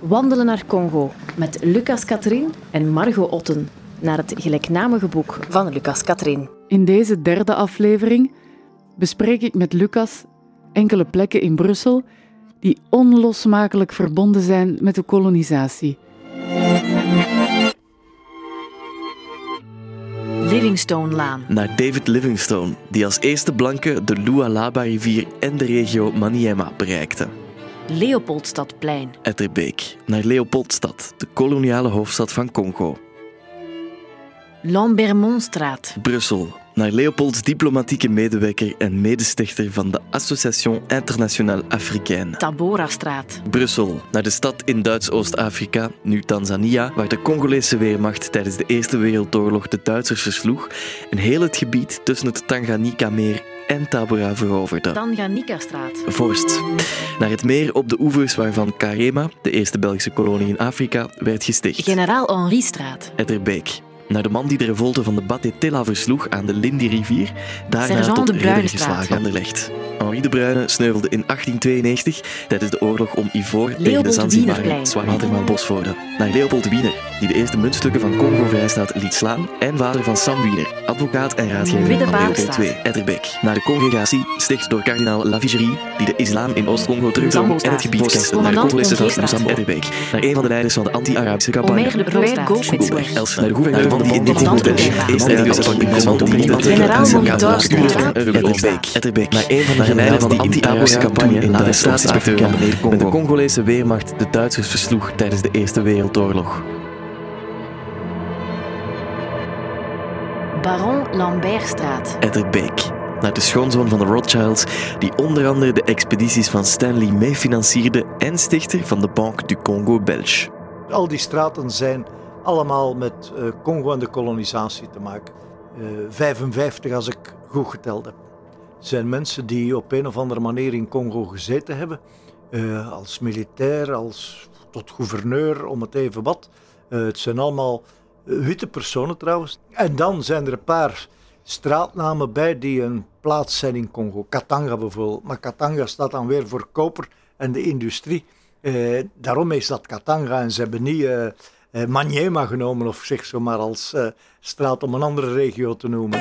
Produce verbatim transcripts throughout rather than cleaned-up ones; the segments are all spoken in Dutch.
Wandelen naar Congo met Lucas Catherine en Margot Otten naar het gelijknamige boek van Lucas Catherine. In deze derde aflevering bespreek ik met Lucas enkele plekken in Brussel die onlosmakelijk verbonden zijn met de kolonisatie. Livingstone-laan. Naar David Livingstone, die als eerste blanke de Lualaba-rivier en de regio Maniema bereikte. Leopoldstadplein. Etterbeek, naar Leopoldstad, de koloniale hoofdstad van Congo. Lambermontstraat. Brussel, naar Leopolds diplomatieke medewerker en medestichter van de Association Internationale Africaine. Taborastraat. Brussel, naar de stad in Duits-Oost-Afrika, nu Tanzania, waar de Congolese Weermacht tijdens de Eerste Wereldoorlog de Duitsers versloeg en heel het gebied tussen het Tanganyika-meer en Tabora veroverde. Tanganyika-straat. Vorst, naar het meer op de oevers waarvan Karema, de eerste Belgische kolonie in Afrika, werd gesticht. Generaal Henri-straat. Etterbeek, naar de man die de revolte van de Batetela versloeg aan de Lindi-rivier, daarna Sergeant tot de ridder Bruynestraat. geslagen aan de Lecht. Henri de Bruyne sneuvelde in achttien tweeënnegentig tijdens de oorlog om Ivoor tegen de Leopold Zanzibaren, Wienerplein. Zwaarwatermaal Bosvoorde. Naar Leopold Wiener, die de eerste muntstukken van Congo-Vrijstaat liet slaan, en vader van Sam Wiener, advocaat en raadgever Witte van Leopold Baarstraat. de Tweede. Etterbeek, naar de congregatie, sticht door kardinaal Lavigerie, die de islam in Oost-Congo terugdrong en het gebied kende. Naar de Congolese stad Moussam Etterbeek, naar een van de leiders van de anti-Arabische campagne. Omer de Broerstraat. Els, naar de gouverneur van die in dit Commandant België, Oberga. eerste radiostation in Congo, die niemand Generaal Monitor. Etterbeek, Etterbeek, naar een van de geleiders van de anti-Arabische campagne in de staatsinspecteur van meneer Congo. Met de Congolese Weermacht de Duitsers versloeg tijdens de Eerste Wereldoorlog. Baron Lambertstraat. Etterbeek, naar de schoonzoon van de Rothschilds, die onder andere de expedities van Stanley meefinancierde en stichter van de Banque du Congo Belge. Al die straten zijn allemaal met uh, Congo en de kolonisatie te maken. Uh, vijfenvijftig als ik goed geteld heb. Het zijn mensen die op een of andere manier in Congo gezeten hebben. Uh, als militair, als tot gouverneur, om het even wat. Uh, het zijn allemaal uh, witte personen trouwens. En dan zijn er een paar straatnamen bij die een plaats zijn in Congo. Katanga bijvoorbeeld. Maar Katanga staat dan weer voor koper en de industrie. Uh, daarom is dat Katanga en ze hebben niet uh, uh, Maniema genomen of zeg zo maar als uh, straat om een andere regio te noemen.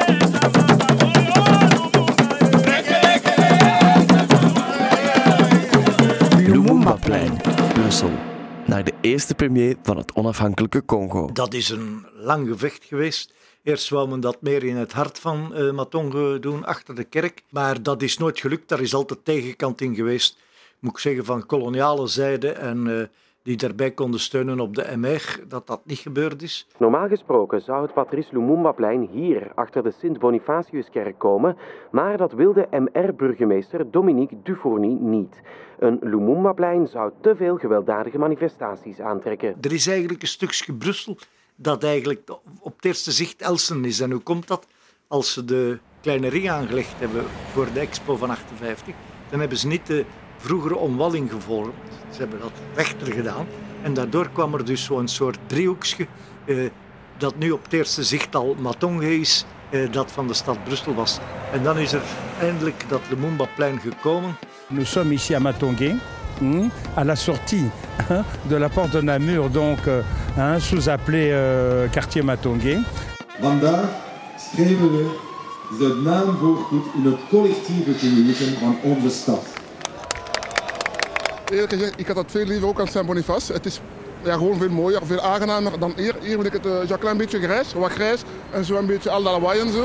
Lumumbaplein, Brussel, naar de eerste premier van het onafhankelijke Congo. Dat is een lang gevecht geweest. Eerst wou men dat meer in het hart van uh, Matonge doen, achter de kerk. Maar dat is nooit gelukt, daar is altijd tegenkant in geweest. Moet ik zeggen, van koloniale zijde en uh, die daarbij konden steunen op de M R, dat dat niet gebeurd is. Normaal gesproken zou het Patrice Lumumbaplein hier achter de Sint-Bonifatiuskerk komen, maar dat wilde M R-burgemeester Dominique Dufourny niet. Een Lumumbaplein zou te veel gewelddadige manifestaties aantrekken. Er is eigenlijk een stukje Brussel dat eigenlijk op het eerste zicht Elsen is. En hoe komt dat? Als ze de kleine ring aangelegd hebben voor de expo van achtenvijftig, dan hebben ze niet de vroegere omwalling gevormd. Ze hebben dat rechter gedaan. En daardoor kwam er dus zo'n soort driehoekje, eh, dat nu op het eerste zicht al Matonge is, eh, dat van de stad Brussel was. En dan is er eindelijk dat Lumumbaplein gekomen. Nous sommes ici à Matonge, hein, à la sortie hein, de la porte de Namur, donc hein, sous-appelé euh, quartier Matonge. Vandaag schrijven we de naam voorgoed in het collectieve geheugen van onze stad. Eerlijk gezegd, ik had het veel liever ook aan Saint-Boniface. Het is ja, gewoon veel mooier, veel aangenamer dan hier. Hier vind ik het uh, een klein beetje grijs, wat grijs en zo een beetje al dat lawaai en zo.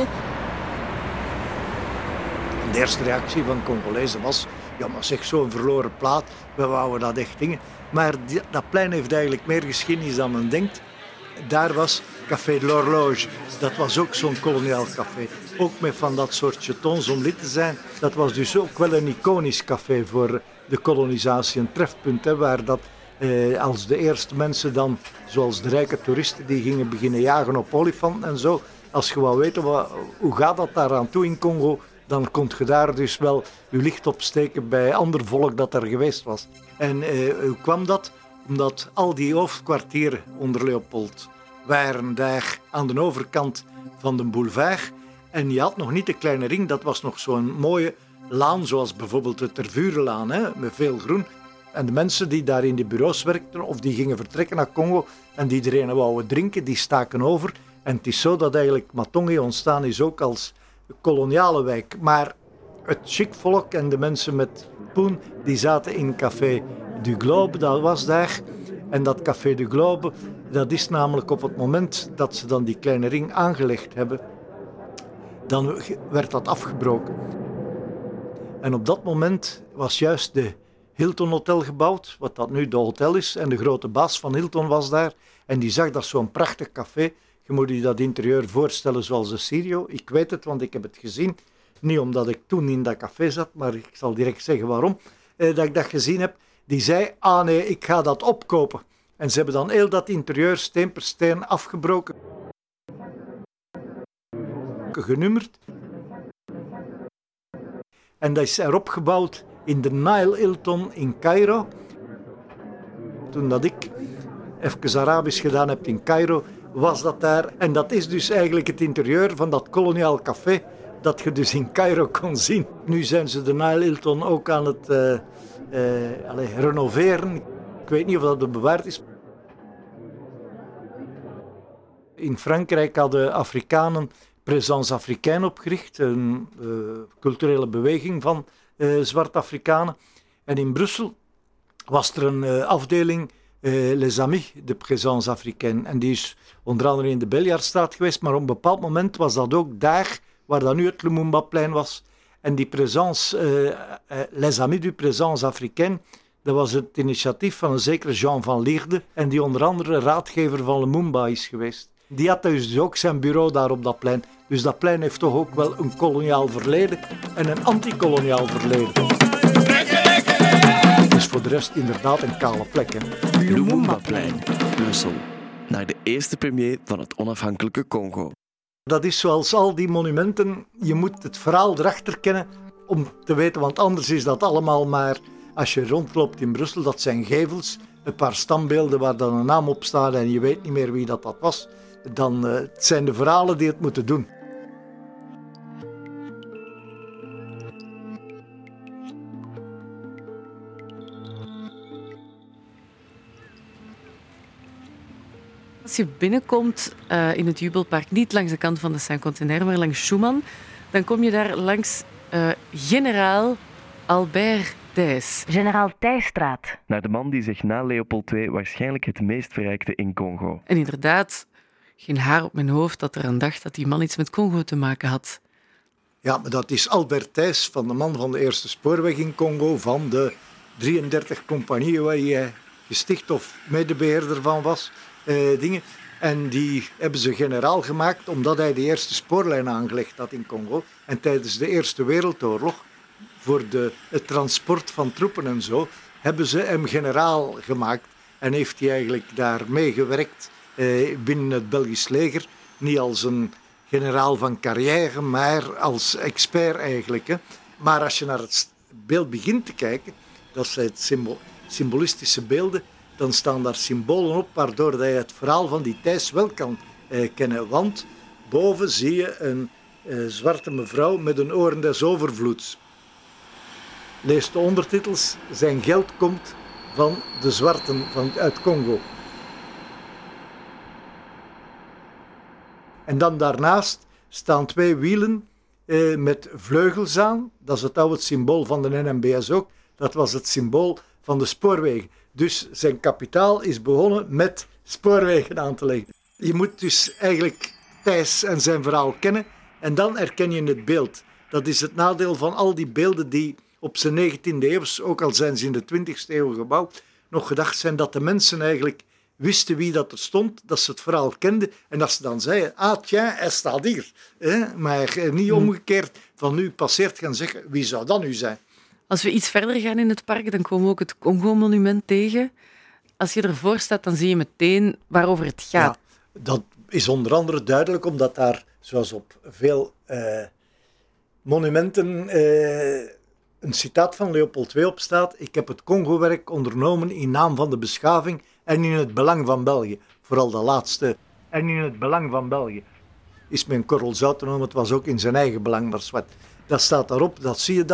De eerste reactie van Congolezen was, ja maar zeg, zo'n verloren plaat, we wouden dat echt dingen. Maar die, dat plein heeft eigenlijk meer geschiedenis dan men denkt. Daar was Café de l'Horloge, dat was ook zo'n koloniaal café. Ook met van dat soort jetons om lid te zijn. Dat was dus ook wel een iconisch café voor de kolonisatie, een trefpunt, hè, waar dat eh, als de eerste mensen dan, zoals de rijke toeristen, die gingen beginnen jagen op olifanten en zo. Als je wou weten, wat, hoe gaat dat daar aan toe in Congo, dan kon je daar dus wel je licht opsteken bij ander volk dat er geweest was. En eh, hoe kwam dat? Omdat al die hoofdkwartieren onder Leopold waren daar aan de overkant van de boulevard. En je had nog niet de kleine ring, dat was nog zo'n mooie laan, zoals bijvoorbeeld de Tervurenlaan, hè, met veel groen. En de mensen die daar in die bureaus werkten of die gingen vertrekken naar Congo en die iedereen wouden drinken, die staken over. En het is zo dat eigenlijk Matonge ontstaan is ook als koloniale wijk. Maar het chic volk en de mensen met poen, die zaten in Café du Globe, dat was daar. En dat Café du Globe, dat is namelijk op het moment dat ze dan die kleine ring aangelegd hebben, dan werd dat afgebroken. En op dat moment was juist de Hilton Hotel gebouwd, wat dat nu de hotel is. En de grote baas van Hilton was daar. En die zag dat zo'n prachtig café. Je moet je dat interieur voorstellen zoals de Sirio. Ik weet het, want ik heb het gezien. Niet omdat ik toen in dat café zat, maar ik zal direct zeggen waarom. Eh, dat ik dat gezien heb. Die zei, ah nee, ik ga dat opkopen. En ze hebben dan heel dat interieur steen per steen afgebroken. Genummerd. En dat is erop gebouwd in de Nile Hilton in Cairo. Toen dat ik even Arabisch gedaan heb in Cairo, was dat daar. En dat is dus eigenlijk het interieur van dat koloniaal café dat je dus in Cairo kon zien. Nu zijn ze de Nile Hilton ook aan het uh, uh, allez, renoveren. Ik weet niet of dat bewaard is. In Frankrijk hadden Afrikanen Présence Africaine opgericht, een uh, culturele beweging van uh, zwart-Afrikanen. En in Brussel was er een uh, afdeling, uh, Les Amis de Présence Africaine. En die is onder andere in de Beljaardstraat geweest, maar op een bepaald moment was dat ook daar, waar dat nu het Lumumba-plein was. En die Présence, uh, uh, Les Amis du Présence Africaine, dat was het initiatief van een zekere Jean van Lierde, en die onder andere raadgever van Lumumba is geweest. Die had dus ook zijn bureau daar op dat plein. Dus dat plein heeft toch ook wel een koloniaal verleden en een anti-koloniaal verleden. Het is voor de rest inderdaad een kale plek. Hè. Lumumba-plein, Brussel. Naar de eerste premier van het onafhankelijke Congo. Dat is zoals al die monumenten. Je moet het verhaal erachter kennen om te weten, want anders is dat allemaal maar... Als je rondloopt in Brussel, dat zijn gevels, een paar standbeelden waar dan een naam op staat en je weet niet meer wie dat, dat was. Dan uh, het zijn de verhalen die het moeten doen. Als je binnenkomt uh, in het Jubelpark, niet langs de kant van de Saint-Contenaire, maar langs Schuman, dan kom je daar langs uh, generaal Albert Thijs. Generaal Thijsstraat. Naar de man die zich na Leopold de Tweede waarschijnlijk het meest verrijkte in Congo. En inderdaad, geen haar op mijn hoofd dat er aan dacht dat die man iets met Congo te maken had. Ja, maar dat is Albert Thijs, van de man van de eerste spoorweg in Congo, van de drieëndertig compagnieën waar hij gesticht of medebeheerder van was. Eh, dingen. En die hebben ze generaal gemaakt omdat hij de eerste spoorlijn aangelegd had in Congo. En tijdens de Eerste Wereldoorlog, voor de, het transport van troepen en zo, hebben ze hem generaal gemaakt. En heeft hij eigenlijk daar meegewerkt eh, binnen het Belgisch leger. Niet als een generaal van carrière, maar als expert eigenlijk. Hè. Maar als je naar het beeld begint te kijken, dat zijn het symbool, symbolistische beelden, dan staan daar symbolen op waardoor je het verhaal van die Thijs wel kan eh, kennen. Want boven zie je een eh, zwarte mevrouw met een oren des overvloeds. Lees de ondertitels. Zijn geld komt van de zwarten van, uit Congo. En dan daarnaast staan twee wielen eh, met vleugels aan. Dat is het oude symbool van de N M B S ook. Dat was het symbool van de spoorwegen. Dus zijn kapitaal is begonnen met spoorwegen aan te leggen. Je moet dus eigenlijk Thijs en zijn verhaal kennen en dan herken je het beeld. Dat is het nadeel van al die beelden die op zijn negentiende eeuw, ook al zijn ze in de twintigste eeuw gebouwd, nog gedacht zijn dat de mensen eigenlijk wisten wie dat er stond, dat ze het verhaal kenden en dat ze dan zeiden, ah tja, hij staat hier. Maar niet omgekeerd van nu passeert gaan zeggen, wie zou dat nu zijn? Als we iets verder gaan in het park, dan komen we ook het Congo-monument tegen. Als je ervoor staat, dan zie je meteen waarover het gaat. Ja, dat is onder andere duidelijk, omdat daar, zoals op veel uh, monumenten, uh, een citaat van Leopold de Tweede op staat. Ik heb het Congo-werk ondernomen in naam van de beschaving en in het belang van België. Vooral dat laatste. En in het belang van België. Is men korrel zout te noemen, het was ook in zijn eigen belang, maar zwart. Dat staat daarop, dat zie je dan.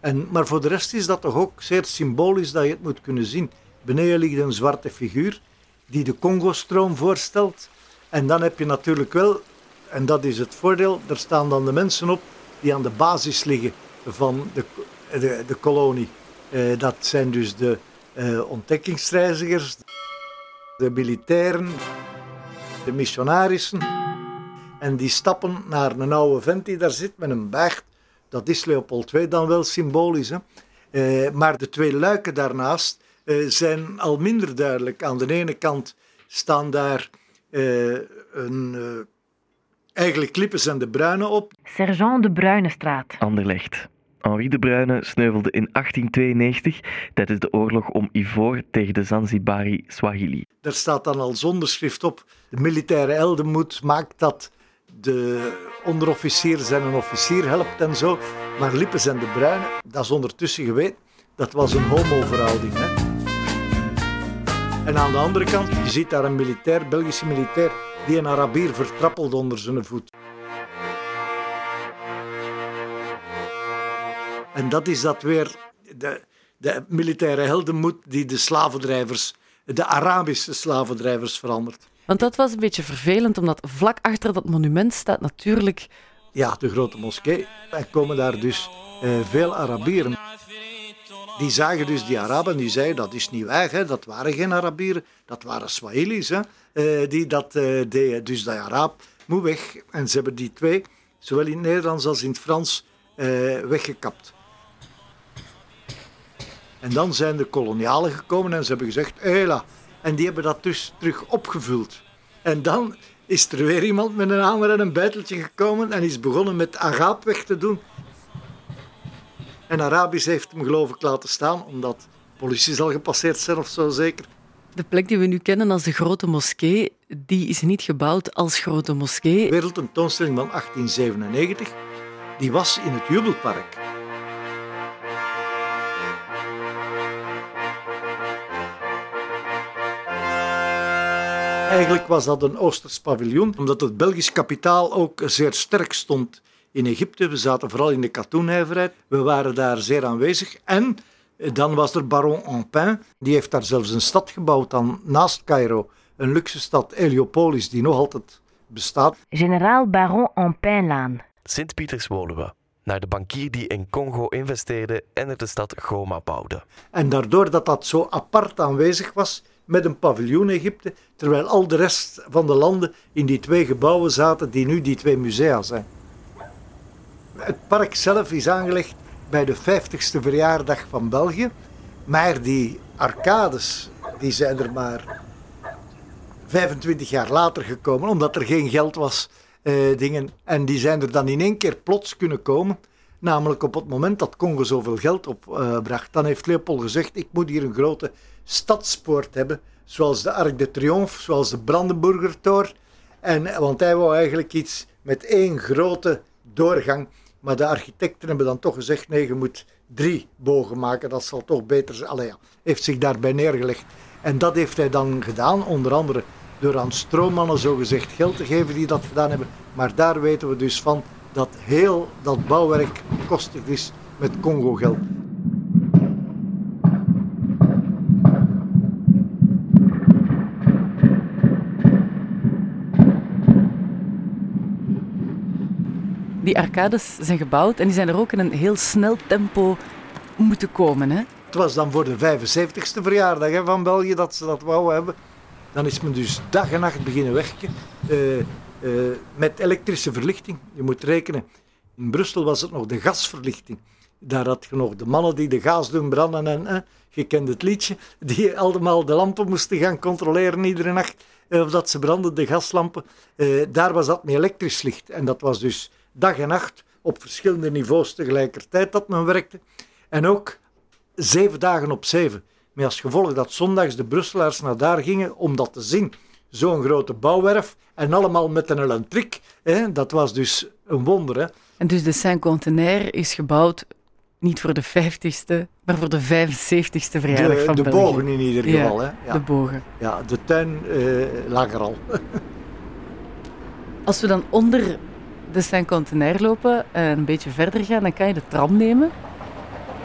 En, maar voor de rest is dat toch ook zeer symbolisch dat je het moet kunnen zien. Beneden ligt een zwarte figuur die de Congo-stroom voorstelt. En dan heb je natuurlijk wel, en dat is het voordeel, er staan dan de mensen op die aan de basis liggen van de, de, de kolonie. Uh, dat zijn dus de uh, ontdekkingsreizigers, de militairen, de missionarissen. En die stappen naar een oude vent die daar zit met een baard. Dat is Leopold twee dan wel symbolisch. Hè? Uh, maar de twee luiken daarnaast uh, zijn al minder duidelijk. Aan de ene kant staan daar uh, een... Uh, eigenlijk Lippes en de Bruyne op. Sergeant de Bruynestraat. Anderlecht. Henri de Bruyne sneuvelde in achttien tweeënnegentig tijdens de oorlog om Ivoor tegen de Zanzibari Swahili. Daar staat dan als onderschrift op: de militaire heldenmoed maakt dat de onderofficier zijn een officier helpt en zo. Maar Lippes en de Bruyne, dat is ondertussen geweten, dat was een homoverhouding. Hè? En aan de andere kant, je ziet daar een militair, Belgische militair, die een Arabier vertrappelt onder zijn voet. En dat is dat weer, de, de militaire heldenmoed die de slavendrijvers, de Arabische slavendrijvers verandert. Want dat was een beetje vervelend, omdat vlak achter dat monument staat natuurlijk... Ja, de grote moskee. Er komen daar dus uh, veel Arabieren. Die zagen dus die Araben en die zeiden, dat is niet waar, hè? Dat waren geen Arabieren, dat waren Swahilis, hè? Uh, die dat uh, deden. Dus dat Araab moet weg. En ze hebben die twee, zowel in het Nederlands als in het Frans, uh, weggekapt. En dan zijn de kolonialen gekomen en ze hebben gezegd, hela. En die hebben dat dus terug opgevuld. En dan is er weer iemand met een hamer en een bijteltje gekomen en is begonnen met Araab weg te doen. En Arabisch heeft hem geloof ik laten staan, omdat de politie zal gepasseerd zijn of zo zeker. De plek die we nu kennen als de Grote Moskee, die is niet gebouwd als Grote Moskee. De wereldtentoonstelling van achttien zevenennegentig, die was in het Jubelpark. Eigenlijk was dat een Oosters paviljoen, omdat het Belgisch kapitaal ook zeer sterk stond in Egypte. We zaten vooral in de katoennijverheid. We waren daar zeer aanwezig. En dan was er baron Empin. Die heeft daar zelfs een stad gebouwd dan naast Cairo. Een luxe stad, Heliopolis, die nog altijd bestaat. Generaal baron Empinlaan. Sint-Pieters-Woluwe. Naar de bankier die in Congo investeerde en er de stad Goma bouwde. En daardoor dat dat zo apart aanwezig was met een paviljoen Egypte, terwijl al de rest van de landen in die twee gebouwen zaten die nu die twee musea zijn. Het park zelf is aangelegd bij de vijftigste verjaardag van België, maar die arcades die zijn er maar vijfentwintig jaar later gekomen, omdat er geen geld was. Uh, dingen. En die zijn er dan in één keer plots kunnen komen. Namelijk op het moment dat Congo zoveel geld opbracht. Uh, dan heeft Leopold gezegd, ik moet hier een grote stadspoort hebben. Zoals de Arc de Triomphe, zoals de Brandenburger-Tor. En, want hij wou eigenlijk iets met één grote doorgang. Maar de architecten hebben dan toch gezegd, nee, je moet drie bogen maken. Dat zal toch beter zijn. Allee, ja, heeft zich daarbij neergelegd. En dat heeft hij dan gedaan, onder andere door aan stroommannen zogezegd geld te geven die dat gedaan hebben. Maar daar weten we dus van dat heel dat bouwwerk kostig is met Congo-geld. Die arcades zijn gebouwd en die zijn er ook in een heel snel tempo moeten komen, hè? Het was dan voor de vijfenzeventigste verjaardag hè, van België dat ze dat wouden hebben. Dan is men dus dag en nacht beginnen werken uh, uh, met elektrische verlichting. Je moet rekenen, in Brussel was het nog de gasverlichting. Daar had je nog de mannen die de gas doen branden en, uh, je kent het liedje, die allemaal de lampen moesten gaan controleren iedere nacht, uh, of dat ze brandden, de gaslampen. Uh, daar was dat met elektrisch licht. En dat was dus dag en nacht op verschillende niveaus tegelijkertijd dat men werkte. En ook zeven dagen op zeven. Met als gevolg dat zondags de Brusselaars naar daar gingen om dat te zien. Zo'n grote bouwwerf en allemaal met een elektrik. Hè? Dat was dus een wonder. Hè? En dus de Cinquantenaire is gebouwd niet voor de vijftigste, maar voor de vijfenzeventigste verjaardag de, van de België. De bogen in ieder geval. Ja, hè? Ja. De bogen. Ja, de tuin uh, lag er al. Als we dan onder de Cinquantenaire lopen en een beetje verder gaan, dan kan je de tram nemen.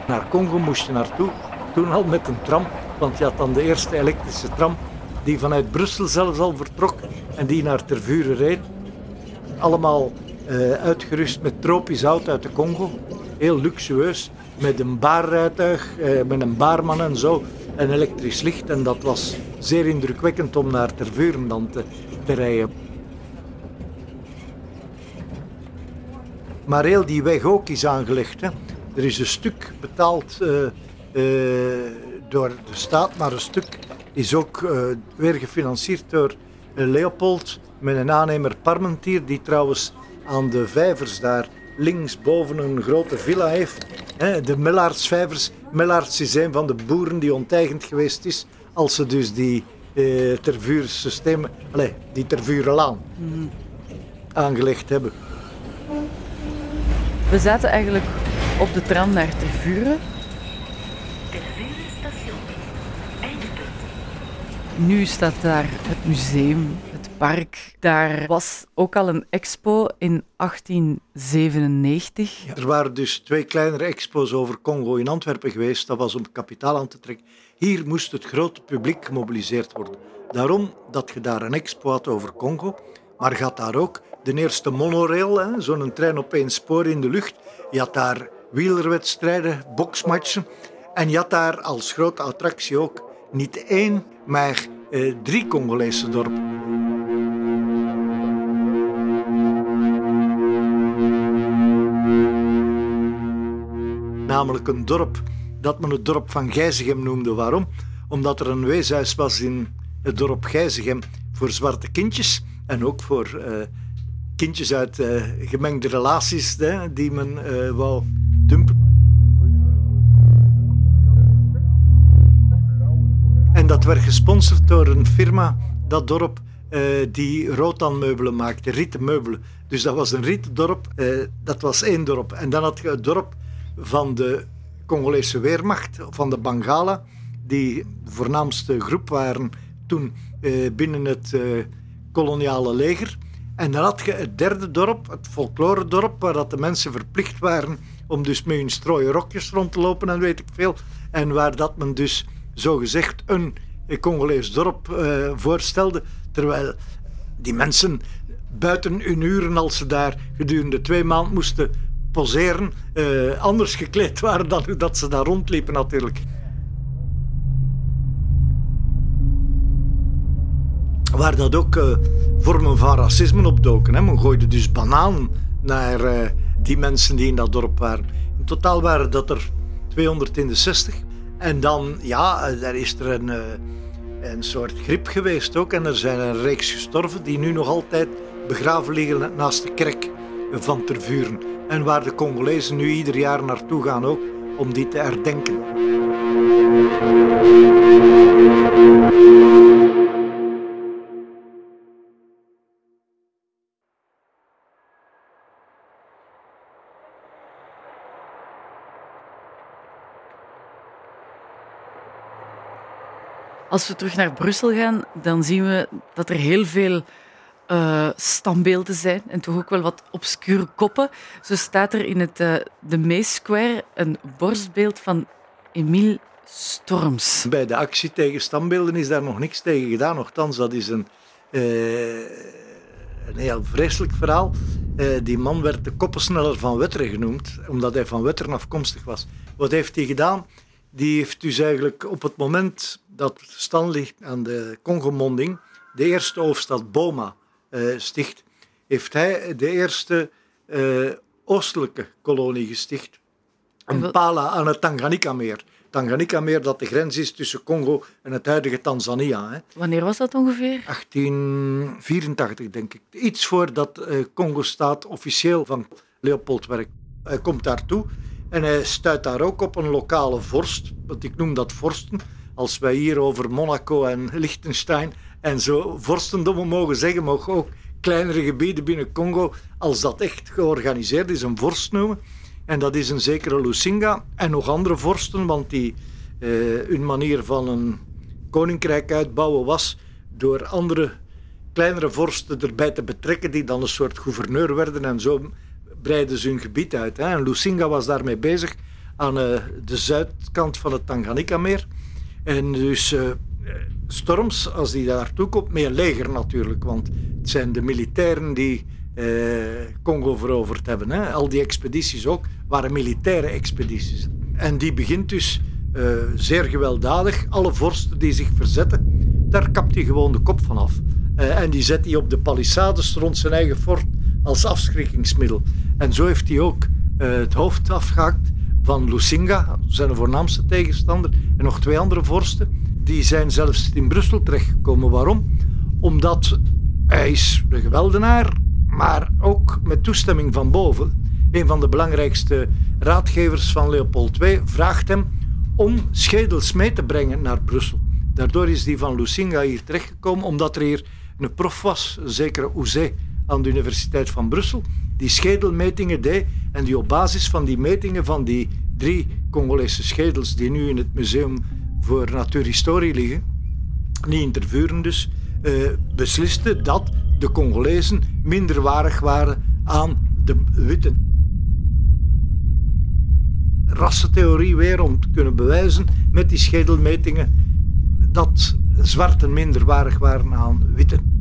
Naar Congo moest je naartoe, toen al met een tram, want je had dan de eerste elektrische tram die vanuit Brussel zelfs al vertrok en die naar Tervuren reed. Allemaal uh, uitgerust met tropisch hout uit de Congo, heel luxueus, met een baarrijtuig, uh, met een baarman en zo, en elektrisch licht. En dat was zeer indrukwekkend om naar Tervuren dan te, te rijden. Maar heel die weg ook is aangelegd. Hè. Er is een stuk betaald uh, uh, door de staat, maar een stuk is ook uh, weer gefinancierd door uh, Leopold met een aannemer Parmentier, die trouwens aan de vijvers daar linksboven een grote villa heeft. Hè, de Mellaertsvijvers. Mellaerts is een van de boeren die onteigend geweest is als ze dus die uh, Tervuursystemen, allez, die Tervurenlaan mm. aangelegd hebben. We zaten eigenlijk op de tram naar Tervuren. Nu staat daar het museum, het park. Daar was ook al een expo in achttien zevenennegentig. Ja, er waren dus twee kleinere expo's over Congo in Antwerpen geweest. Dat was om kapitaal aan te trekken. Hier moest het grote publiek gemobiliseerd worden. Daarom dat je daar een expo had over Congo. Maar je had daar ook de eerste monorail, hè, zo'n trein op één spoor in de lucht. Je had daar wielerwedstrijden, boksmatchen. En je had daar als grote attractie ook niet één, maar eh, drie Congolese dorpen. Namelijk een dorp dat men het dorp van Gijzegem noemde. Waarom? Omdat er een weeshuis was in het dorp Gijzegem voor zwarte kindjes. En ook voor uh, kindjes uit uh, gemengde relaties hè, die men uh, wou dumpen. En dat werd gesponsord door een firma, dat dorp, uh, die rotanmeubelen maakte, rieten meubelen. Dus dat was een rieten dorp, uh, dat was één dorp. En dan had je het dorp van de Congolese Weermacht, van de Bangala, die de voornaamste groep waren toen uh, binnen het uh, koloniale leger. En dan had je het derde dorp, het folkloredorp, waar dat de mensen verplicht waren om dus met hun strooien rokjes rond te lopen en weet ik veel. En waar dat men dus zogezegd een Congolees dorp uh, voorstelde, terwijl die mensen buiten hun uren, als ze daar gedurende twee maanden moesten poseren, uh, anders gekleed waren dan dat ze daar rondliepen natuurlijk. Waar dat ook uh, vormen van racisme opdoken. Hè. Men gooide dus bananen naar uh, die mensen die in dat dorp waren. In totaal waren dat er tweehonderdzestig. En dan, ja, daar is er een, uh, een soort griep geweest ook. En er zijn een reeks gestorven die nu nog altijd begraven liggen naast de kerk van Tervuren. En waar de Congolezen nu ieder jaar naartoe gaan ook, om die te herdenken. Als we terug naar Brussel gaan, dan zien we dat er heel veel uh, standbeelden zijn en toch ook wel wat obscure koppen. Zo staat er in het, uh, de Mees Square een borstbeeld van Emile Storms. Bij de actie tegen standbeelden is daar nog niks tegen gedaan. Nochtans, dat is een, uh, een heel vreselijk verhaal. Uh, die man werd de koppensneller van Wetteren genoemd, omdat hij van Wetteren afkomstig was. Wat heeft hij gedaan? Die heeft dus eigenlijk op het moment dat Stanley aan de Congo-monding de eerste hoofdstad Boma uh, sticht, heeft hij de eerste uh, oostelijke kolonie gesticht. Mpala aan het Tanganyika-meer. Tanganyika-meer dat de grens is tussen Congo en het huidige Tanzania. Hè. Wanneer was dat ongeveer? achttien vierentachtig, denk ik. Iets voordat uh, Congo-staat officieel van Leopold werkt. Hij komt daartoe en hij stuit daar ook op een lokale vorst, want ik noem dat vorsten. Als wij hier over Monaco en Liechtenstein en zo vorstendommen mogen zeggen, mogen ook kleinere gebieden binnen Congo, als dat echt georganiseerd is, een vorst noemen. En dat is een zekere Lusinga en nog andere vorsten, want die, eh, hun manier van een koninkrijk uitbouwen was door andere kleinere vorsten erbij te betrekken, die dan een soort gouverneur werden en zo breiden ze hun gebied uit. Hè. En Lusinga was daarmee bezig aan uh, de zuidkant van het Tanganyika-meer. En dus uh, Storms, als die daartoe komt, meer leger natuurlijk, want het zijn de militairen die uh, Congo veroverd hebben. Hè. Al die expedities ook waren militaire expedities. En die begint dus uh, zeer gewelddadig. Alle vorsten die zich verzetten, daar kapt hij gewoon de kop van af. Uh, en die zet hij op de palissades rond zijn eigen fort als afschrikkingsmiddel. En zo heeft hij ook uh, het hoofd afgehakt van Lusinga, zijn voornaamste tegenstander, en nog twee andere vorsten. Die zijn zelfs in Brussel terechtgekomen. Waarom? Omdat hij is de geweldenaar, maar ook met toestemming van boven. Een van de belangrijkste raadgevers van Leopold de Tweede vraagt hem om schedels mee te brengen naar Brussel. Daardoor is die van Lusinga hier terechtgekomen, omdat er hier een prof was, een zekere Ouzé, aan de Universiteit van Brussel, die schedelmetingen deed en die op basis van die metingen van die drie Congolese schedels die nu in het Museum voor Natuurhistorie liggen, niet in Tervuren dus, uh, besliste dat de Congolezen minderwaardig waren aan de Witten. Rassentheorie weer om te kunnen bewijzen met die schedelmetingen dat zwarten minderwaardig waren aan Witten.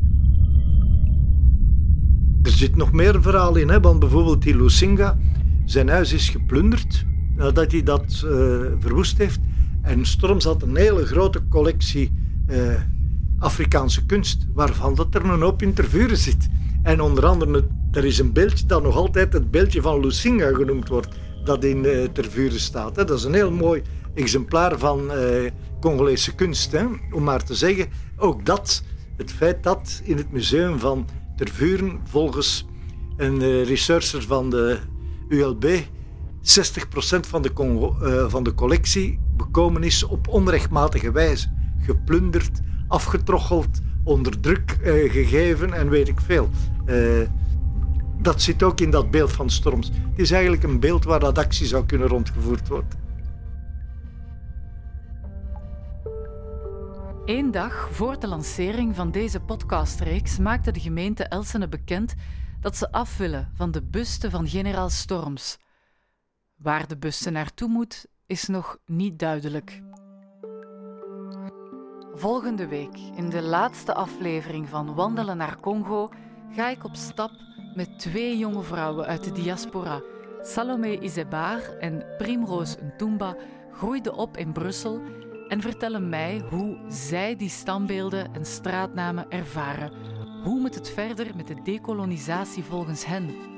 Er zit nog meer verhaal in, hè? Want bijvoorbeeld die Lusinga, zijn huis is geplunderd nadat hij dat uh, verwoest heeft. En Storms had een hele grote collectie uh, Afrikaanse kunst, waarvan dat er een hoop in Tervuren zit. En onder andere, er is een beeldje dat nog altijd het beeldje van Lusinga genoemd wordt, dat in uh, Tervuren staat. Hè? Dat is een heel mooi exemplaar van uh, Congolese kunst. Hè? Om maar te zeggen, ook dat, het feit dat in het museum van Tervuren volgens een uh, researcher van de U L B zestig procent van de, Congo, uh, van de collectie bekomen is op onrechtmatige wijze. Geplunderd, afgetroggeld, onder druk uh, gegeven en weet ik veel. Uh, dat zit ook in dat beeld van Storms. Het is eigenlijk een beeld waar dat actie zou kunnen rondgevoerd worden. Eén dag voor de lancering van deze podcastreeks maakte de gemeente Elsene bekend dat ze af willen van de buste van generaal Storms. Waar de buste naartoe moet, is nog niet duidelijk. Volgende week, in de laatste aflevering van Wandelen naar Congo, ga ik op stap met twee jonge vrouwen uit de diaspora. Salome Izebar en Primrose Ntumba groeiden op in Brussel en vertellen mij hoe zij die standbeelden en straatnamen ervaren. Hoe moet het verder met de dekolonisatie volgens hen?